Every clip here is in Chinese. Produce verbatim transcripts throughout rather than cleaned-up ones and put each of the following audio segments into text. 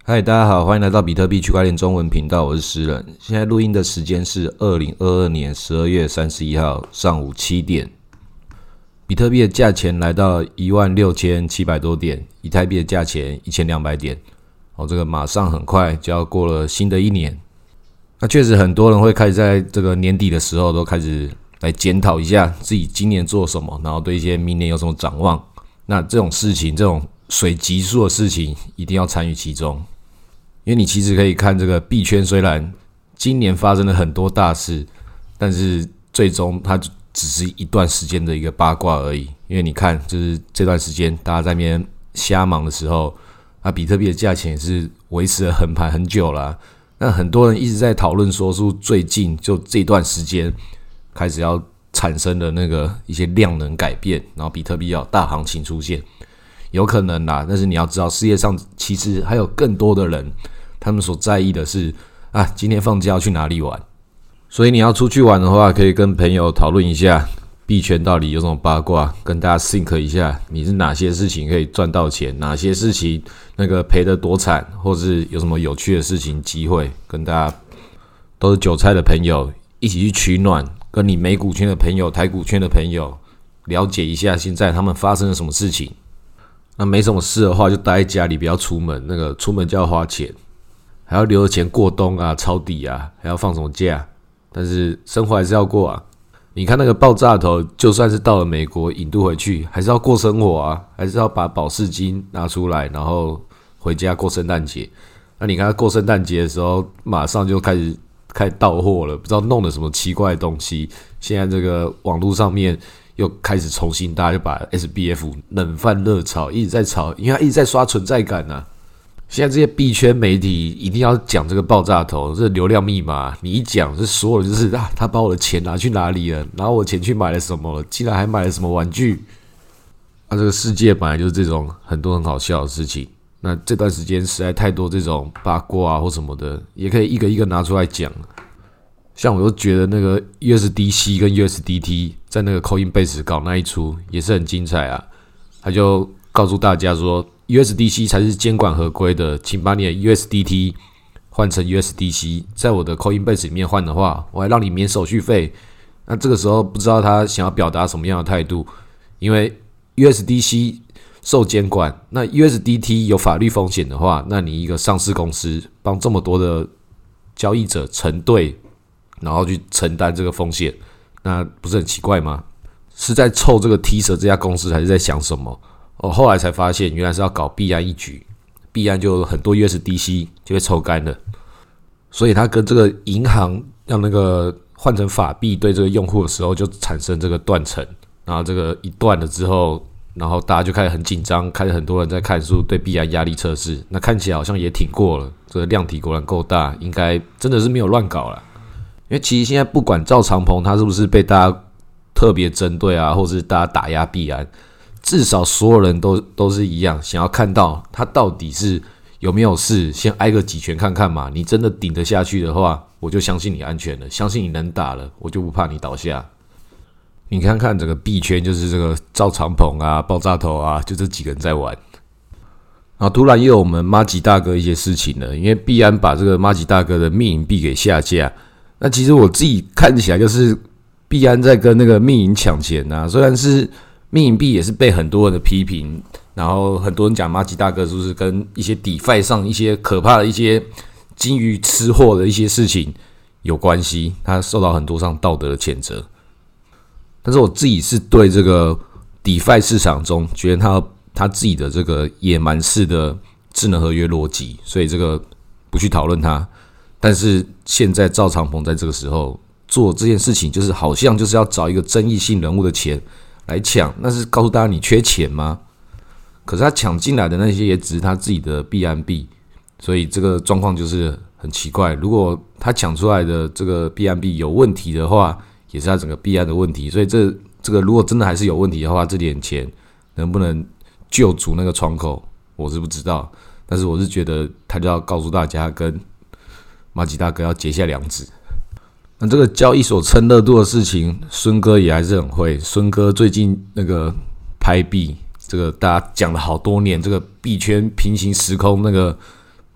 嗨，大家好，欢迎来到比特币区块链中文频道，我是诗人。现在录音的时间是二零二二年十二月三十一号上午七点。比特币的价钱来到一万六千七百多点，以太币的价钱一千两百点。哦，这个马上很快就要过了新的一年。那确实很多人会开始在这个年底的时候都开始来检讨一下自己今年做什么，然后对一些明年有什么展望。那这种事情，这种水急速的事情，一定要参与其中。因为你其实可以看这个币圈，虽然今年发生了很多大事，但是最终它只是一段时间的一个八卦而已。因为你看，就是这段时间大家在那边瞎忙的时候，啊，比特币的价钱也是维持了横盘很久啦、啊。那很多人一直在讨论说，是最近就这段时间开始要产生的那个一些量能改变，然后比特币要有大行情出现。有可能啦，但是你要知道，世界上其实还有更多的人，他们所在意的是啊，今天放假要去哪里玩。所以你要出去玩的话，可以跟朋友讨论一下币圈到底有什么八卦，跟大家 think 一下，你是哪些事情可以赚到钱，哪些事情那个赔得多惨，或是有什么有趣的事情机会，跟大家都是韭菜的朋友一起去取暖，跟你美股圈的朋友、台股圈的朋友了解一下现在他们发生了什么事情。那没什么事的话，就待在家里，不要出门。那个出门就要花钱，还要留着钱过冬啊、抄底啊，还要放什么假？但是生活还是要过啊。你看那个爆炸头，就算是到了美国引渡回去，还是要过生活啊，还是要把保释金拿出来，然后回家过圣诞节。那你看他过圣诞节的时候，马上就开始开始到货了，不知道弄了什么奇怪的东西。现在这个网络上面又开始重新，大家就把 S B F 冷饭热炒，一直在炒，因为他一直在刷存在感啊。现在这些币圈媒体一定要讲这个爆炸头，这流量密码，你一讲，这所有人就是啊，他把我的钱拿去哪里了？拿我的钱去买了什么了？竟然还买了什么玩具？啊，这个世界本来就是这种很多很好笑的事情。那这段时间实在太多这种八卦啊或什么的，也可以一个一个拿出来讲。像我都觉得那个 U S D C 跟 U S D T 在那个 Coinbase 搞那一出也是很精彩啊。他就告诉大家说 U S D C 才是监管合规的，请把你的 U S D T 换成 U S D C， 在我的 Coinbase 里面换的话，我还让你免手续费。那这个时候不知道他想要表达什么样的态度，因为 U S D C 受监管，那 U S D T 有法律风险的话，那你一个上市公司帮这么多的交易者承兑，然后去承担这个风险，那不是很奇怪吗？是在凑这个 T 蛇这家公司，还是在想什么？哦，后来才发现，原来是要搞币安一局，币安就有很多 U S D C 就会抽干了，所以他跟这个银行让那个换成法币对这个用户的时候，就产生这个断层，然后这个一断了之后，然后大家就开始很紧张，开始很多人在看书对币安压力测试，那看起来好像也挺过了，这个量体果然够大，应该真的是没有乱搞啦。因为其实现在不管赵长鹏他是不是被大家特别针对啊，或是大家打压币安，至少所有人都都是一样，想要看到他到底是有没有事，先挨个几拳看看嘛。你真的顶得下去的话，我就相信你安全了，相信你能打了，我就不怕你倒下。你看看整个币圈，就是这个赵长鹏啊、爆炸头啊，就这几个人在玩。然后突然又有我们马吉大哥一些事情了，因为币安把这个马吉大哥的密银币给下架。那其实我自己看起来就是币安在跟那个密银抢钱啊，虽然是密银币也是被很多人的批评，然后很多人讲马吉大哥是不是跟一些 DeFi 上一些可怕的一些金鱼吃货的一些事情有关系，他受到很多上道德的谴责。但是我自己是对这个 DeFi 市场中觉得他他自己的这个野蛮式的智能合约逻辑，所以这个不去讨论它。但是现在赵长鹏在这个时候做这件事情，就是好像就是要找一个争议性人物的钱来抢，那是告诉大家你缺钱吗？可是他抢进来的那些也只是他自己的币安币，所以这个状况就是很奇怪。如果他抢出来的这个币安币有问题的话，也是他整个币安的问题。所以这这个如果真的还是有问题的话，这点钱能不能救足那个窗口，我是不知道。但是我是觉得他就要告诉大家，跟马吉大哥要结下梁子。那这个交易所蹭热度的事情，孙哥也还是很会。孙哥最近那个拍币，这个大家讲了好多年，这个币圈平行时空那个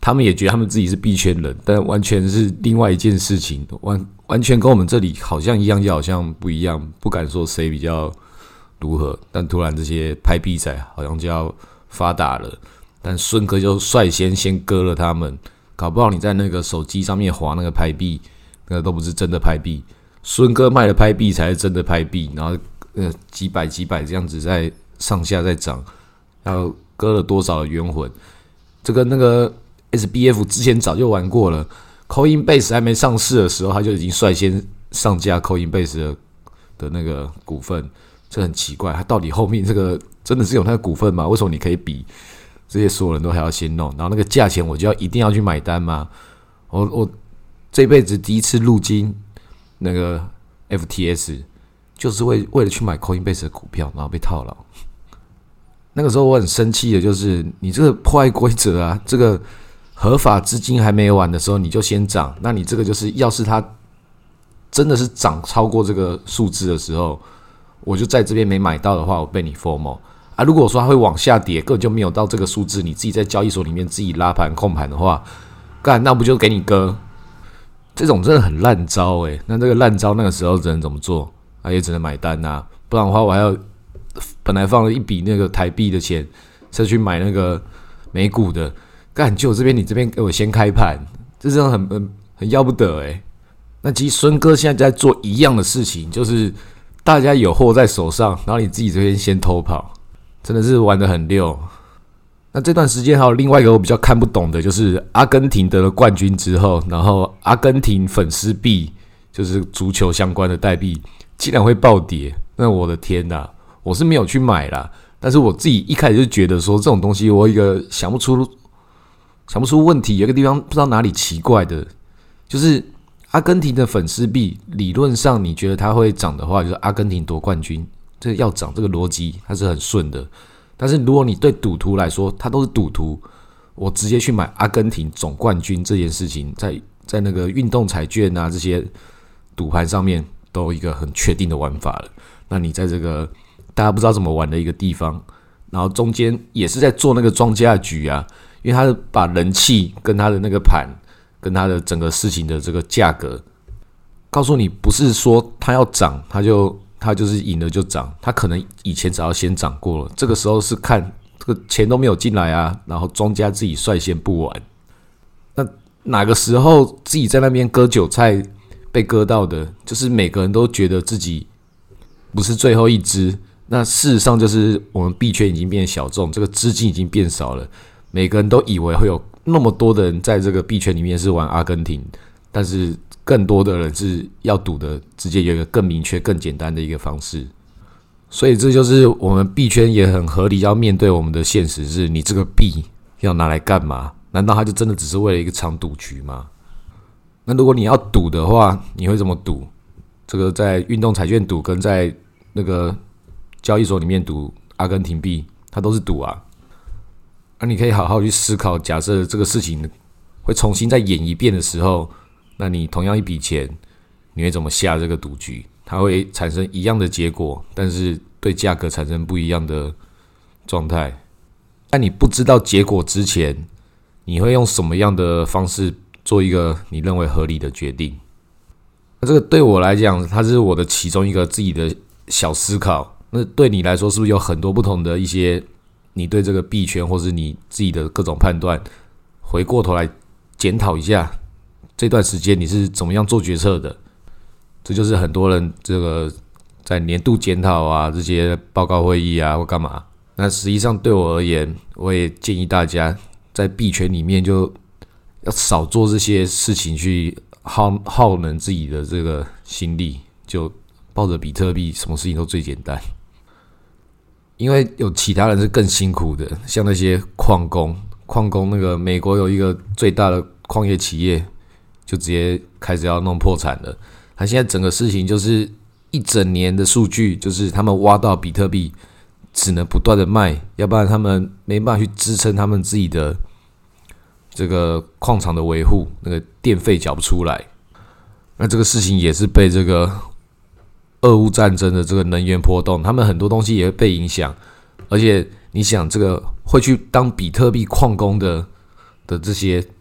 他们也觉得他们自己是币圈人，但完全是另外一件事情，完完全跟我们这里好像一样，又好像不一样，不敢说谁比较如何。但突然这些拍币仔好像就要发达了，但孙哥就率先先割了他们，搞不好你在那个手机上面滑那个拍币，那个都不是真的拍币，孙哥卖的拍币才是真的拍币，然后呃几百几百这样子在上下在涨，要割了多少的冤魂？这个那个 S B F 之前早就玩过了 ，Coinbase 还没上市的时候，他就已经率先上架 Coinbase 的的那个股份，这很奇怪，他到底后面这个真的是有那个股份吗？为什么你可以比这些所有人都还要先弄？然后那个价钱我就要一定要去买单吗？我我这辈子第一次入金那个 F T S， 就是为为了去买 Coinbase 的股票，然后被套牢。那个时候我很生气的，就是你这个破坏规则啊！这个合法资金还没完的时候，你就先涨，那你这个就是，要是它真的是涨超过这个数字的时候，我就在这边没买到的话，我被你 FOMO 啊！如果说它会往下跌，根本就没有到这个数字，你自己在交易所里面自己拉盘控盘的话，干那不就给你割？这种真的很烂招诶、欸、那这个烂招那个时候只能怎么做？啊，也只能买单啊，不然的话我还要。本来放了一笔那个台币的钱，是去买那个美股的，干就这边你这边给我先开盘，这真的很很很要不得哎、欸。那其实孙哥现在在做一样的事情，就是大家有货在手上，然后你自己这边先偷跑，真的是玩得很溜。那这段时间还有另外一个我比较看不懂的，就是阿根廷得了冠军之后，然后阿根廷粉丝币就是足球相关的代币，竟然会暴跌，那我的天哪！我是没有去买啦，但是我自己一开始就觉得说这种东西，我一个想不出想不出问题，有一个地方不知道哪里奇怪的，就是阿根廷的粉丝币，理论上你觉得它会涨的话，就是阿根廷夺冠军，这个要涨，这个逻辑它是很顺的。但是如果你对赌徒来说，它都是赌徒，我直接去买阿根廷总冠军这件事情，在在那个运动彩券啊这些赌盘上面都有一个很确定的玩法了。那你在这个大家不知道怎么玩的一个地方，然后中间也是在做那个庄家局啊，因为他把人气跟他的那个盘，跟他的整个事情的这个价格，告诉你不是说他要涨，他就他就是赢了就涨，他可能以前早要先涨过了，这个时候是看这个钱都没有进来啊，然后庄家自己率先不玩，那哪个时候自己在那边割韭菜被割到的，就是每个人都觉得自己不是最后一只。那事实上就是我们币圈已经变小众，这个资金已经变少了，每个人都以为会有那么多的人在这个币圈里面是玩阿根廷，但是更多的人是要赌的，直接有一个更明确更简单的一个方式。所以这就是我们币圈也很合理要面对我们的现实，是你这个币要拿来干嘛？难道它就真的只是为了一个场赌局吗？那如果你要赌的话，你会怎么赌？这个在运动彩券赌跟在那个交易所里面赌阿根廷币，它都是赌啊。那、啊、你可以好好去思考，假设这个事情会重新再演一遍的时候，那你同样一笔钱，你会怎么下这个赌局？它会产生一样的结果，但是对价格产生不一样的状态。在你不知道结果之前，你会用什么样的方式做一个你认为合理的决定？那这个对我来讲，它是我的其中一个自己的小思考。那对你来说，是不是有很多不同的一些你对这个币圈或是你自己的各种判断？回过头来检讨一下，这段时间你是怎么样做决策的？这就是很多人这个在年度检讨啊，这些报告会议啊或干嘛。那实际上对我而言，我也建议大家在币圈里面就要少做这些事情，去耗耗能自己的这个心力，就抱着比特币，什么事情都最简单。因为有其他人是更辛苦的，像那些矿工，矿工那个美国有一个最大的矿业企业，就直接开始要弄破产了。他现在整个事情就是一整年的数据，就是他们挖到比特币，只能不断的卖，要不然他们没办法去支撑他们自己的这个矿场的维护，那个电费缴不出来。那这个事情也是被这个俄乌战争的这个能源波动，他们很多东西也会被影响。而且你想，这个会去当比特币矿工的的这些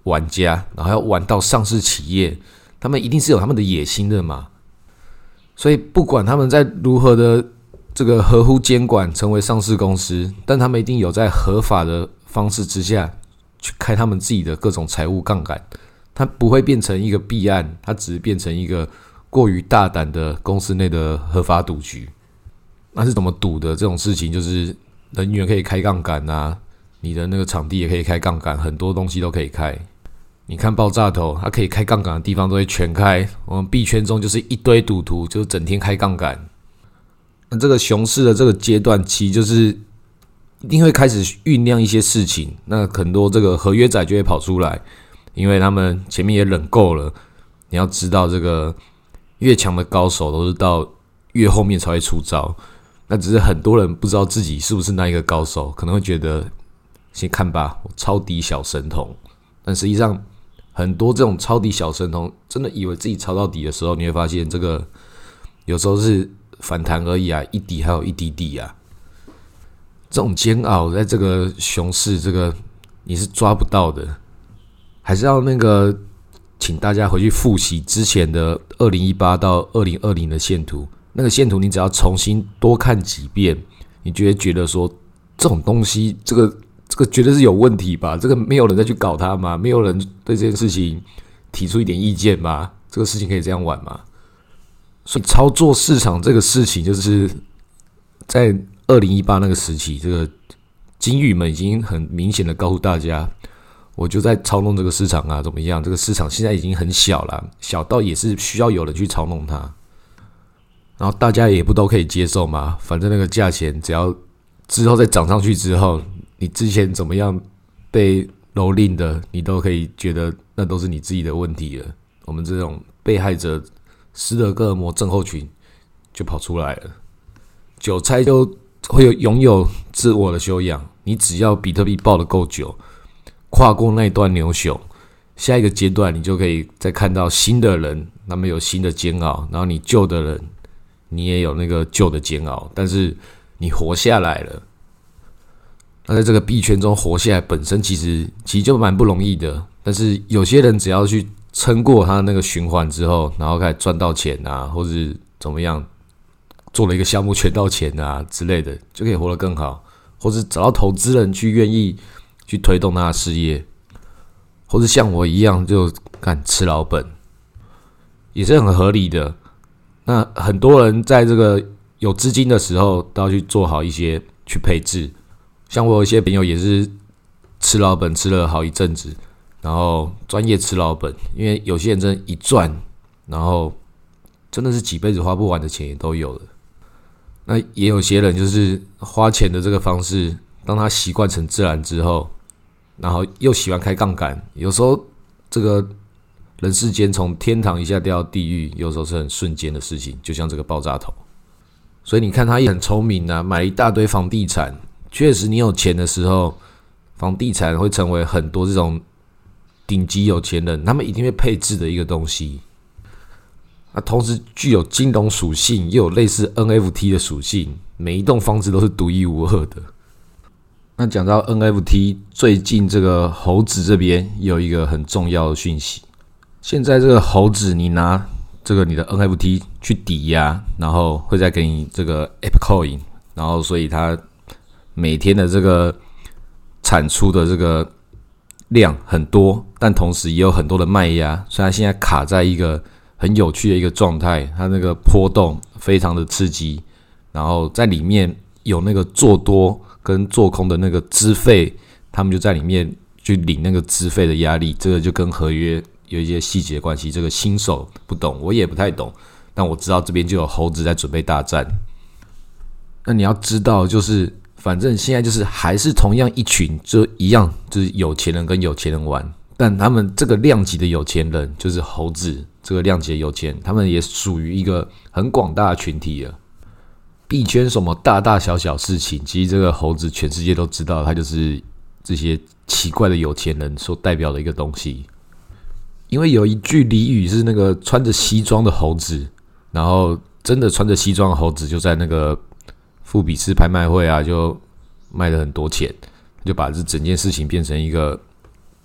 玩家，然后要玩到上市企业，他们一定是有他们的野心的嘛。所以不管他们在如何的这个合乎监管成为上市公司，但他们一定有在合法的方式之下去开他们自己的各种财务杠杆，它不会变成一个弊案，它只是变成一个过于大胆的公司内的合法赌局。那是怎么赌的？这种事情就是人员可以开杠杆啊，你的那个场地也可以开杠杆，很多东西都可以开。你看爆炸头，它可以开杠杆的地方都会全开。我们币圈中就是一堆赌徒，就整天开杠杆。那这个熊市的这个阶段期，就是一定会开始酝酿一些事情。那很多这个合约仔就会跑出来，因为他们前面也忍够了。你要知道，这个越强的高手都是到越后面才会出招。那只是很多人不知道自己是不是那一个高手，可能会觉得先看吧，我超敌小神童。但实际上，很多这种超敌小神童真的以为自己超到底的时候，你会发现这个有时候是反弹而已啊，一底还有一滴底啊。这种煎熬在这个熊市，这个你是抓不到的，还是要那个请大家回去复习之前的二零一八到二零二零的线图。那个线图你只要重新多看几遍，你就会觉得说这种东西，这个这个绝对是有问题吧？这个没有人再去搞它吗？没有人对这件事情提出一点意见吗？这个事情可以这样玩吗？所以操作市场这个事情，就是在二零一八那个时期，这个金鱼们已经很明显的告诉大家，我就在操弄这个市场啊，怎么样？这个市场现在已经很小了，小到也是需要有人去操弄它。然后大家也不都可以接受嘛，反正那个价钱只要之后再涨上去之后，你之前怎么样被蹂躏的，你都可以觉得那都是你自己的问题了。我们这种被害者斯德哥尔摩症候群就跑出来了，韭菜就会有拥有自我的修养。你只要比特币抱得够久，跨过那一段牛熊，下一个阶段你就可以再看到新的人，他们有新的煎熬，然后你旧的人，你也有那个旧的煎熬，但是你活下来了。那在这个币圈中活下来本身其实其实就蛮不容易的，但是有些人只要去撑过他那个循环之后，然后开始赚到钱啊，或是怎么样，做了一个项目圈到钱啊之类的，就可以活得更好，或是找到投资人去愿意去推动他的事业，或是像我一样就干吃老本，也是很合理的。那很多人在这个有资金的时候都要去做好一些去配置，像我有一些朋友也是吃老本吃了好一阵子，然后专业吃老本，因为有些人真的一赚，然后真的是几辈子花不完的钱也都有了。那也有些人就是花钱的这个方式，当他习惯成自然之后，然后又喜欢开杠杆，有时候这个人世间从天堂一下掉到地狱，有时候是很瞬间的事情，就像这个爆炸头。所以你看他也很聪明啊，买了一大堆房地产。确实，你有钱的时候，房地产会成为很多这种顶级有钱人他们一定会配置的一个东西。那同时具有金融属性，又有类似 N F T 的属性，每一栋房子都是独一无二的。那讲到 N F T， 最近这个猴子这边有一个很重要的讯息。现在这个猴子，你拿这个你的 N F T 去抵押，然后会再给你这个 ApeCoin， 然后所以它每天的这个产出的这个量很多，但同时也有很多的卖压，所以它现在卡在一个很有趣的一个状态，它那个波动非常的刺激，然后在里面有那个做多跟做空的那个资费，他们就在里面去领那个资费的压力，这个就跟合约有一些细节关系，这个新手不懂，我也不太懂，但我知道这边就有猴子在准备大战。那你要知道，就是反正现在就是还是同样一群，就一样，就是有钱人跟有钱人玩，但他们这个量级的有钱人，就是猴子这个量级的有钱人，他们也属于一个很广大的群体了。币圈什么大大小小事情，其实这个猴子全世界都知道，他就是这些奇怪的有钱人所代表的一个东西。因为有一句俚语是那个穿着西装的猴子，然后真的穿着西装的猴子就在那个富比士拍卖会啊，就卖了很多钱，就把这整件事情变成一个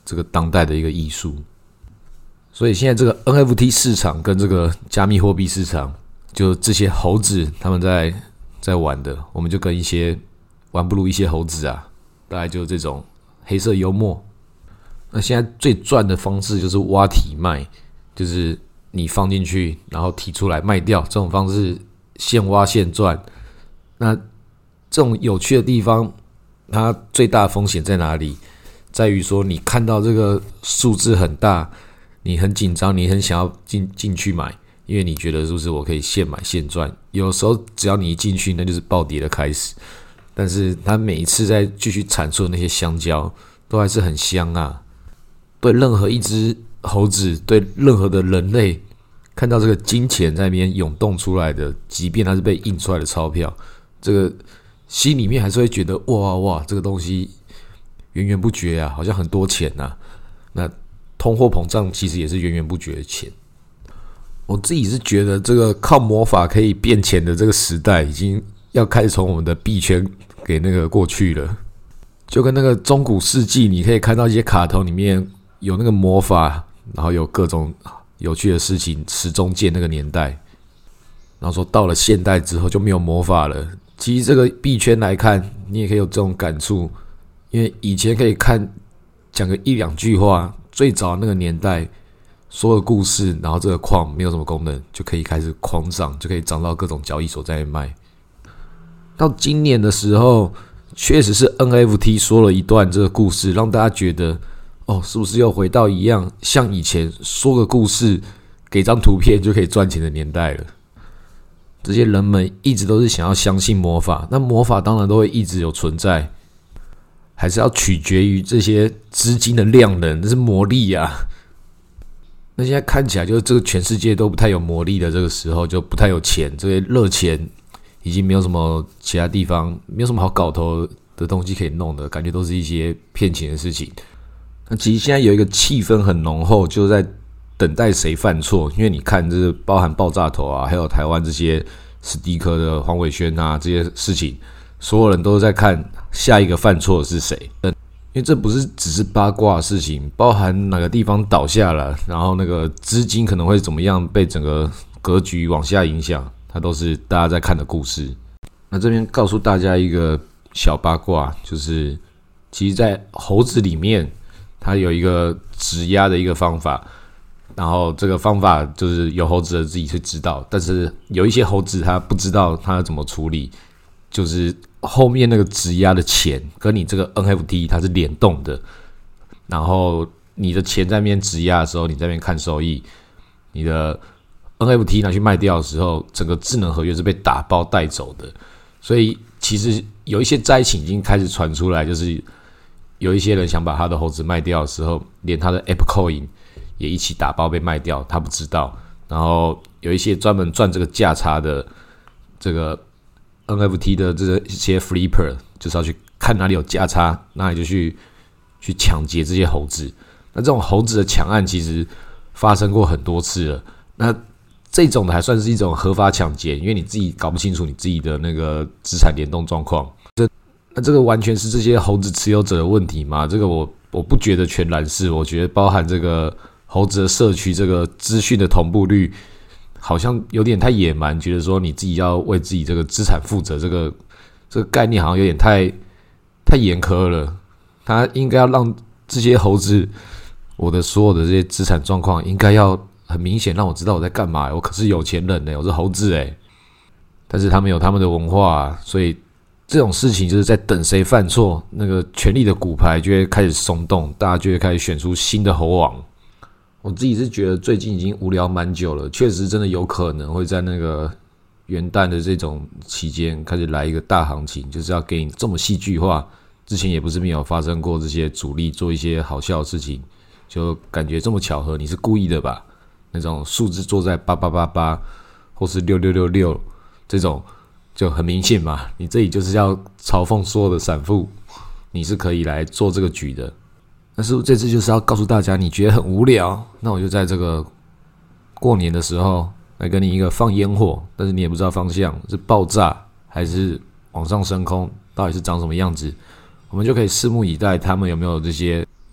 这个当代的一个艺术。所以现在这个 N F T 市场跟这个加密货币市场，就这些猴子他们在在玩的，我们就跟一些玩不如一些猴子啊，大概就是这种黑色幽默。那现在最赚的方式就是挖体卖，就是你放进去，然后提出来卖掉，这种方式现挖现赚。那这种有趣的地方，它最大的风险在哪里？在于说你看到这个数字很大，你很紧张，你很想要进进去买，因为你觉得是不是我可以现买现赚？有时候只要你一进去，那就是暴跌的开始。但是他每一次在继续产出的那些香蕉，都还是很香啊。对任何一只猴子，对任何的人类，看到这个金钱在那边涌动出来的，即便它是被印出来的钞票，这个心里面还是会觉得哇哇哇，这个东西源源不绝啊，好像很多钱啊。那通货膨胀其实也是源源不绝的钱。我自己是觉得这个靠魔法可以变钱的这个时代，已经要开始从我们的币圈给那个过去了。就跟那个中古世纪，你可以看到一些卡通里面有那个魔法，然后有各种有趣的事情，时钟剑那个年代，然后说到了现代之后就没有魔法了。其实这个币圈来看，你也可以有这种感触，因为以前可以看讲个一两句话，最早那个年代所有故事，然后这个矿没有什么功能，就可以开始狂涨，就可以涨到各种交易所在那卖。到今年的时候，确实是 N F T 说了一段这个故事，让大家觉得哦，是不是又回到一样像以前说个故事，给张图片就可以赚钱的年代了。这些人们一直都是想要相信魔法，那魔法当然都会一直有存在，还是要取决于这些资金的量能，这是魔力啊。那现在看起来就是这个全世界都不太有魔力的这个时候，就不太有钱，这些热钱已经没有什么其他地方，没有什么好搞头的东西可以弄的，感觉都是一些骗钱的事情。那其实现在有一个气氛很浓厚，就在等待谁犯错。因为你看，这是包含爆炸头啊，还有台湾这些史迪克的黄伟轩啊，这些事情，所有人都在看下一个犯错的是谁。因为这不是只是八卦的事情，包含哪个地方倒下了，然后那个资金可能会怎么样被整个格局往下影响，它都是大家在看的故事。那这边告诉大家一个小八卦，就是其实在猴子里面，它有一个质押的一个方法，然后这个方法就是有猴子的自己去知道，但是有一些猴子它不知道它要怎么处理，就是后面那个质押的钱跟你这个 N F T 它是联动的，然后你的钱在那边质押的时候，你在那边看收益，你的 N F T 拿去卖掉的时候，整个智能合约是被打包带走的。所以其实有一些灾情已经开始传出来，就是有一些人想把他的猴子卖掉的时候，连他的 ApeCoin 也一起打包被卖掉，他不知道。然后有一些专门赚这个价差的这个 N F T 的这些 Flipper， 就是要去看哪里有价差，哪里就去去抢劫这些猴子。那这种猴子的抢案其实发生过很多次了。那这种的还算是一种合法抢劫，因为你自己搞不清楚你自己的那个资产联动状况。这那这个完全是这些猴子持有者的问题吗？这个我我不觉得全然是，我觉得包含这个猴子的社区这个资讯的同步率，好像有点太野蛮，觉得说你自己要为自己这个资产负责，这个这个概念好像有点太太严苛了。他应该要让这些猴子，我的所有的这些资产状况应该要很明显让我知道我在干嘛，我可是有钱人耶，我是猴子耶。但是他们有他们的文化啊，所以这种事情就是在等谁犯错，那个权力的骨牌就会开始松动，大家就会开始选出新的猴王。我自己是觉得最近已经无聊蛮久了，确实真的有可能会在那个元旦的这种期间开始来一个大行情，就是要给你这么戏剧化。之前也不是没有发生过这些主力做一些好笑的事情，就感觉这么巧合，你是故意的吧？那种数字做在八八八八或是六六六六这种就很明显嘛，你这里就是要嘲讽所有的散户，你是可以来做这个局的。但是这次就是要告诉大家，你觉得很无聊，那我就在这个过年的时候来跟你一个放烟火，但是你也不知道方向是爆炸还是往上升空，到底是长什么样子，我们就可以拭目以待，他们有没有这些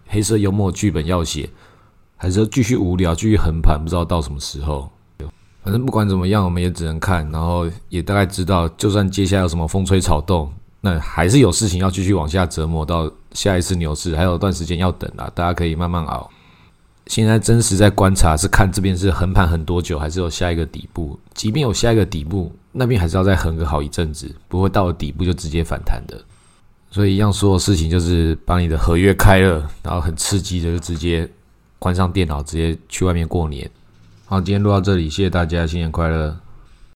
黑色幽默剧本要写，还是要继续无聊，继续横盘，不知道到什么时候。反正不管怎么样，我们也只能看，然后也大概知道，就算接下来有什么风吹草动，那还是有事情要继续往下折磨到下一次牛市，还有段时间要等啦，大家可以慢慢熬。现在真实在观察是看这边是横盘横多久，还是有下一个底部。即便有下一个底部，那边还是要再横个好一阵子，不会到了底部就直接反弹的。所以一样所有事情就是把你的合约开了，然后很刺激的就直接关上电脑，直接去外面过年。好，今天录到这里，谢谢大家，新年快乐。